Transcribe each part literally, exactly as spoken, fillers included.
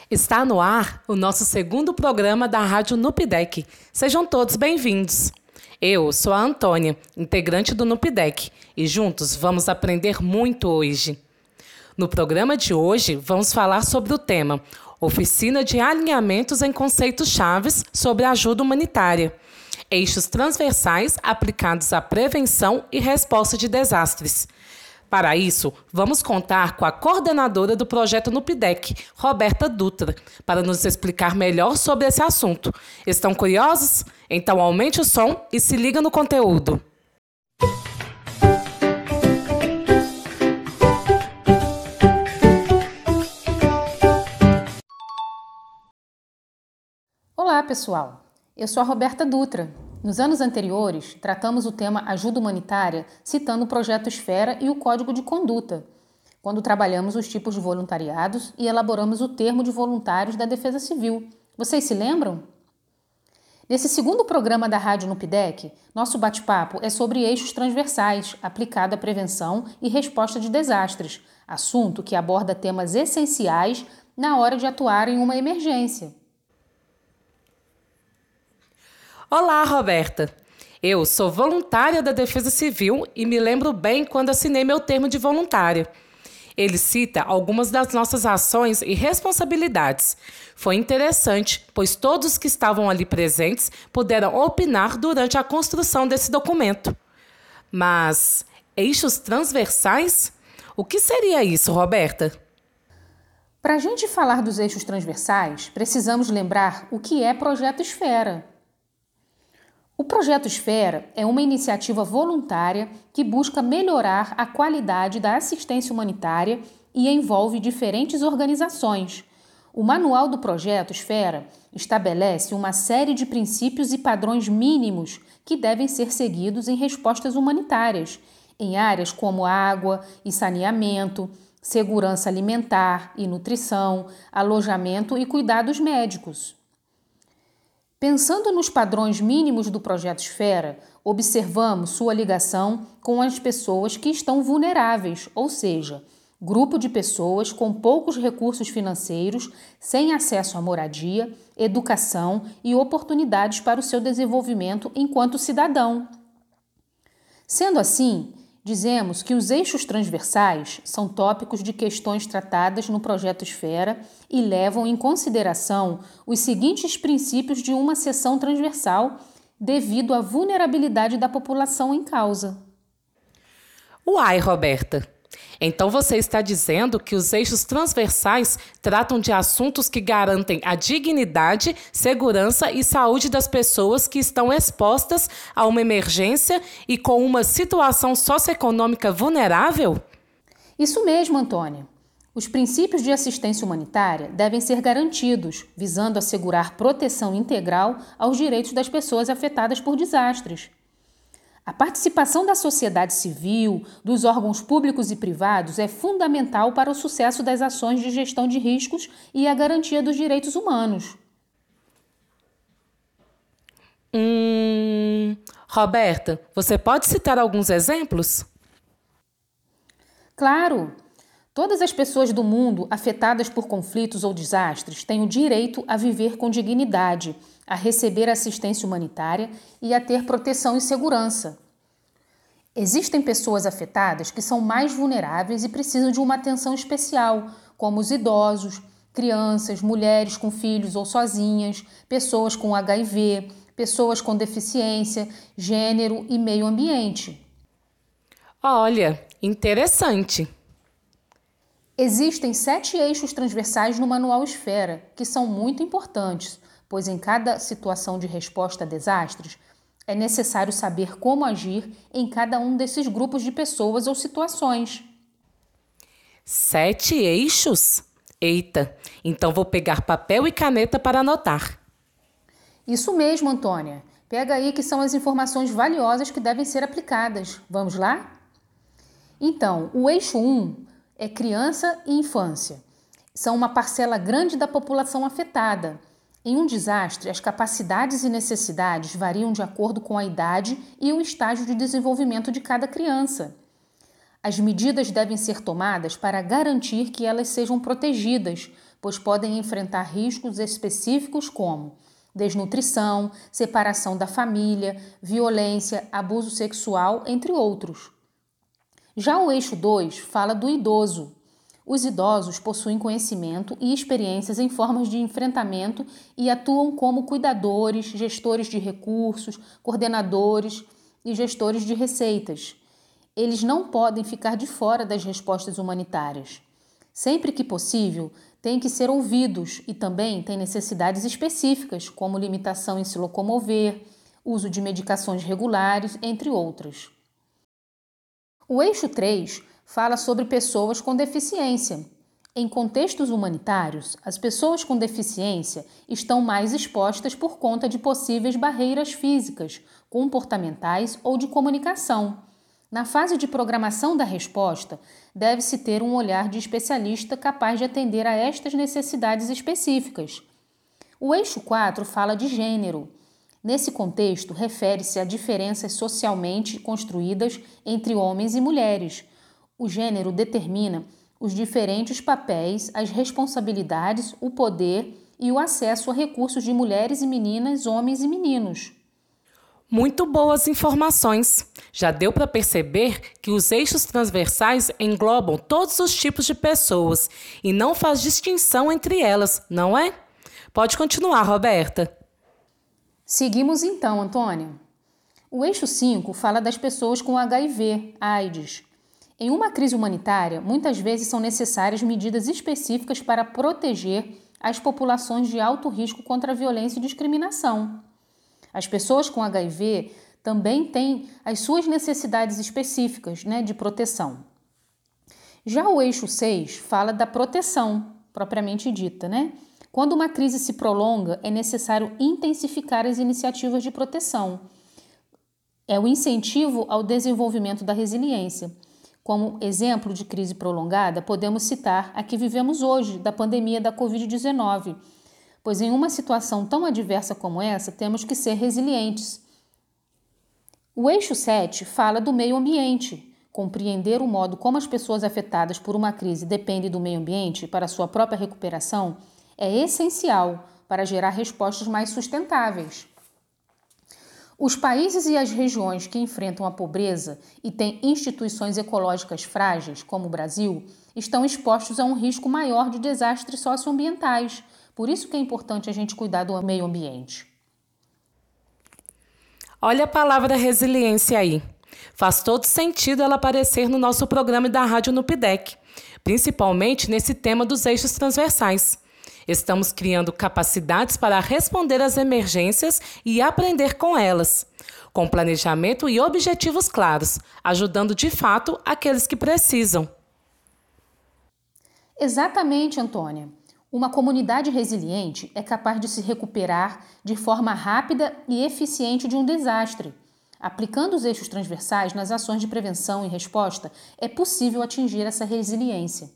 Está no ar o nosso segundo programa da Rádio Nupidec. Sejam todos bem-vindos. Eu sou a Antônia, integrante do Nupidec, e juntos vamos aprender muito hoje. No programa de hoje, vamos falar sobre o tema Oficina de Alinhamentos em Conceitos Chaves sobre Ajuda Humanitária. Eixos transversais aplicados à prevenção e resposta de desastres. Para isso, vamos contar com a coordenadora do projeto Nupidec, Roberta Dutra, para nos explicar melhor sobre esse assunto. Estão curiosos? Então aumente o som e se liga no conteúdo. Olá, pessoal! Eu sou a Roberta Dutra. Nos anos anteriores, tratamos o tema ajuda humanitária citando o Projeto Esfera e o Código de Conduta, quando trabalhamos os tipos de voluntariados e elaboramos o termo de voluntários da Defesa Civil. Vocês se lembram? Nesse segundo programa da Rádio Nupidec, nosso bate-papo é sobre eixos transversais, aplicado à prevenção e resposta de desastres, assunto que aborda temas essenciais na hora de atuar em uma emergência. Olá, Roberta! Eu sou voluntária da Defesa Civil e me lembro bem quando assinei meu termo de voluntária. Ele cita algumas das nossas ações e responsabilidades. Foi interessante, pois todos que estavam ali presentes puderam opinar durante a construção desse documento. Mas eixos transversais? O que seria isso, Roberta? Para a gente falar dos eixos transversais, precisamos lembrar o que é Projeto Esfera. O Projeto Esfera é uma iniciativa voluntária que busca melhorar a qualidade da assistência humanitária e envolve diferentes organizações. O manual do Projeto Esfera estabelece uma série de princípios e padrões mínimos que devem ser seguidos em respostas humanitárias, em áreas como água e saneamento, segurança alimentar e nutrição, alojamento e cuidados médicos. Pensando nos padrões mínimos do Projeto Esfera, observamos sua ligação com as pessoas que estão vulneráveis, ou seja, grupo de pessoas com poucos recursos financeiros, sem acesso à moradia, educação e oportunidades para o seu desenvolvimento enquanto cidadão. Sendo assim, dizemos que os eixos transversais são tópicos de questões tratadas no Projeto Esfera e levam em consideração os seguintes princípios de uma seção transversal devido à vulnerabilidade da população em causa. Uai, Roberta! Então você está dizendo que os eixos transversais tratam de assuntos que garantem a dignidade, segurança e saúde das pessoas que estão expostas a uma emergência e com uma situação socioeconômica vulnerável? Isso mesmo, Antônia. Os princípios de assistência humanitária devem ser garantidos, visando assegurar proteção integral aos direitos das pessoas afetadas por desastres. A participação da sociedade civil, dos órgãos públicos e privados é fundamental para o sucesso das ações de gestão de riscos e a garantia dos direitos humanos. Hum, Roberta, você pode citar alguns exemplos? Claro! Todas as pessoas do mundo afetadas por conflitos ou desastres têm o direito a viver com dignidade, a receber assistência humanitária e a ter proteção e segurança. Existem pessoas afetadas que são mais vulneráveis e precisam de uma atenção especial, como os idosos, crianças, mulheres com filhos ou sozinhas, pessoas com H I V, pessoas com deficiência, gênero e meio ambiente. Olha, interessante! Existem sete eixos transversais no Manual Esfera, que são muito importantes, pois em cada situação de resposta a desastres, é necessário saber como agir em cada um desses grupos de pessoas ou situações. Sete eixos? Eita, então vou pegar papel e caneta para anotar. Isso mesmo, Antônia. Pega aí que são as informações valiosas que devem ser aplicadas. Vamos lá? Então, o eixo um é criança e infância. São uma parcela grande da população afetada. Em um desastre, as capacidades e necessidades variam de acordo com a idade e o estágio de desenvolvimento de cada criança. As medidas devem ser tomadas para garantir que elas sejam protegidas, pois podem enfrentar riscos específicos como desnutrição, separação da família, violência, abuso sexual, entre outros. Já o eixo dois fala do idoso. Os idosos possuem conhecimento e experiências em formas de enfrentamento e atuam como cuidadores, gestores de recursos, coordenadores e gestores de receitas. Eles não podem ficar de fora das respostas humanitárias. Sempre que possível, têm que ser ouvidos e também têm necessidades específicas, como limitação em se locomover, uso de medicações regulares, entre outras. O eixo três fala sobre pessoas com deficiência. Em contextos humanitários, as pessoas com deficiência estão mais expostas por conta de possíveis barreiras físicas, comportamentais ou de comunicação. Na fase de programação da resposta, deve-se ter um olhar de especialista capaz de atender a estas necessidades específicas. O eixo quatro fala de gênero. Nesse contexto, refere-se a diferenças socialmente construídas entre homens e mulheres. O gênero determina os diferentes papéis, as responsabilidades, o poder e o acesso a recursos de mulheres e meninas, homens e meninos. Muito boas informações. Já deu para perceber que os eixos transversais englobam todos os tipos de pessoas e não faz distinção entre elas, não é? Pode continuar, Roberta. Seguimos então, Antônia. O eixo cinco fala das pessoas com H I V, AIDS. Em uma crise humanitária, muitas vezes são necessárias medidas específicas para proteger as populações de alto risco contra a violência e discriminação. As pessoas com H I V também têm as suas necessidades específicas, né, de proteção. Já o eixo seis fala da proteção, propriamente dita, né? Quando uma crise se prolonga, é necessário intensificar as iniciativas de proteção. É o incentivo ao desenvolvimento da resiliência. Como exemplo de crise prolongada, podemos citar a que vivemos hoje, da pandemia da covid dezenove, pois em uma situação tão adversa como essa, temos que ser resilientes. O eixo sete fala do meio ambiente. Compreender o modo como as pessoas afetadas por uma crise dependem do meio ambiente para sua própria recuperação é essencial para gerar respostas mais sustentáveis. Os países e as regiões que enfrentam a pobreza e têm instituições ecológicas frágeis, como o Brasil, estão expostos a um risco maior de desastres socioambientais. Por isso que é importante a gente cuidar do meio ambiente. Olha a palavra resiliência aí. Faz todo sentido ela aparecer no nosso programa da Rádio Nupidec, principalmente nesse tema dos eixos transversais. Estamos criando capacidades para responder às emergências e aprender com elas, com planejamento e objetivos claros, ajudando de fato aqueles que precisam. Exatamente, Antônia. Uma comunidade resiliente é capaz de se recuperar de forma rápida e eficiente de um desastre. Aplicando os eixos transversais nas ações de prevenção e resposta, é possível atingir essa resiliência.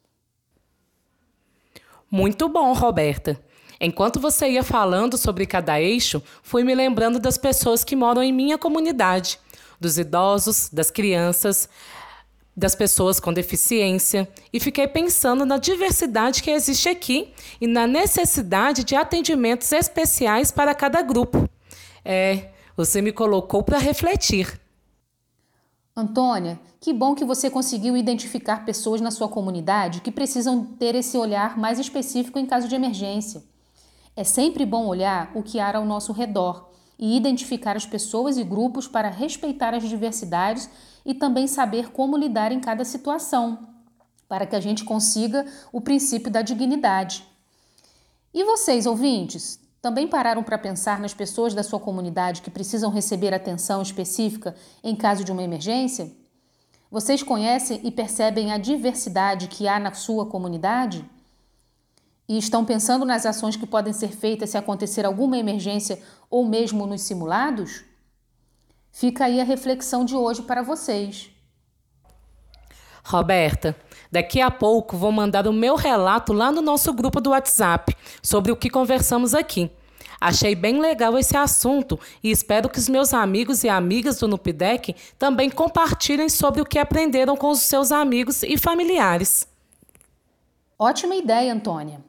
Muito bom, Roberta. Enquanto você ia falando sobre cada eixo, fui me lembrando das pessoas que moram em minha comunidade, dos idosos, das crianças, das pessoas com deficiência, e fiquei pensando na diversidade que existe aqui e na necessidade de atendimentos especiais para cada grupo. É, você me colocou para refletir. Antônia, que bom que você conseguiu identificar pessoas na sua comunidade que precisam ter esse olhar mais específico em caso de emergência. É sempre bom olhar o que há ao nosso redor e identificar as pessoas e grupos para respeitar as diversidades e também saber como lidar em cada situação, para que a gente consiga o princípio da dignidade. E vocês, ouvintes, também pararam para pensar nas pessoas da sua comunidade que precisam receber atenção específica em caso de uma emergência? Vocês conhecem e percebem a diversidade que há na sua comunidade? E estão pensando nas ações que podem ser feitas se acontecer alguma emergência ou mesmo nos simulados? Fica aí a reflexão de hoje para vocês. Roberta, daqui a pouco vou mandar o meu relato lá no nosso grupo do WhatsApp sobre o que conversamos aqui. Achei bem legal esse assunto e espero que os meus amigos e amigas do Nupidec também compartilhem sobre o que aprenderam com os seus amigos e familiares. Ótima ideia, Antônia.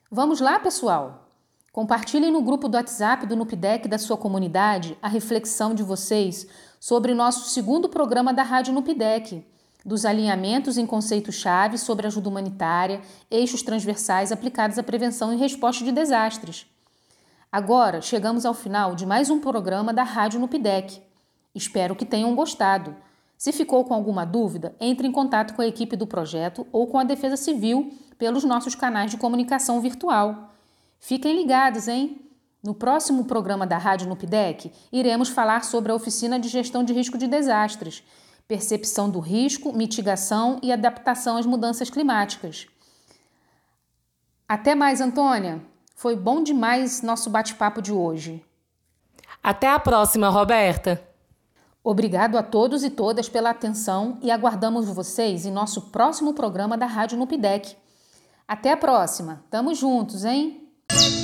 Vamos lá, pessoal? Compartilhem no grupo do WhatsApp do NUPDEC da sua comunidade a reflexão de vocês sobre o nosso segundo programa da Rádio NUPDEC, dos alinhamentos em conceitos-chave sobre ajuda humanitária, eixos transversais aplicados à prevenção e resposta de desastres. Agora, chegamos ao final de mais um programa da Rádio NUPDEC. Espero que tenham gostado. Se ficou com alguma dúvida, entre em contato com a equipe do projeto ou com a Defesa Civil pelos nossos canais de comunicação virtual. Fiquem ligados, hein? No próximo programa da Rádio NUPDEC, iremos falar sobre a Oficina de Gestão de Risco de Desastres, percepção do risco, mitigação e adaptação às mudanças climáticas. Até mais, Antônia! Foi bom demais nosso bate-papo de hoje. Até a próxima, Roberta! Obrigado a todos e todas pela atenção e aguardamos vocês em nosso próximo programa da Rádio NUPDEC. Até a próxima! Tamo juntos, hein?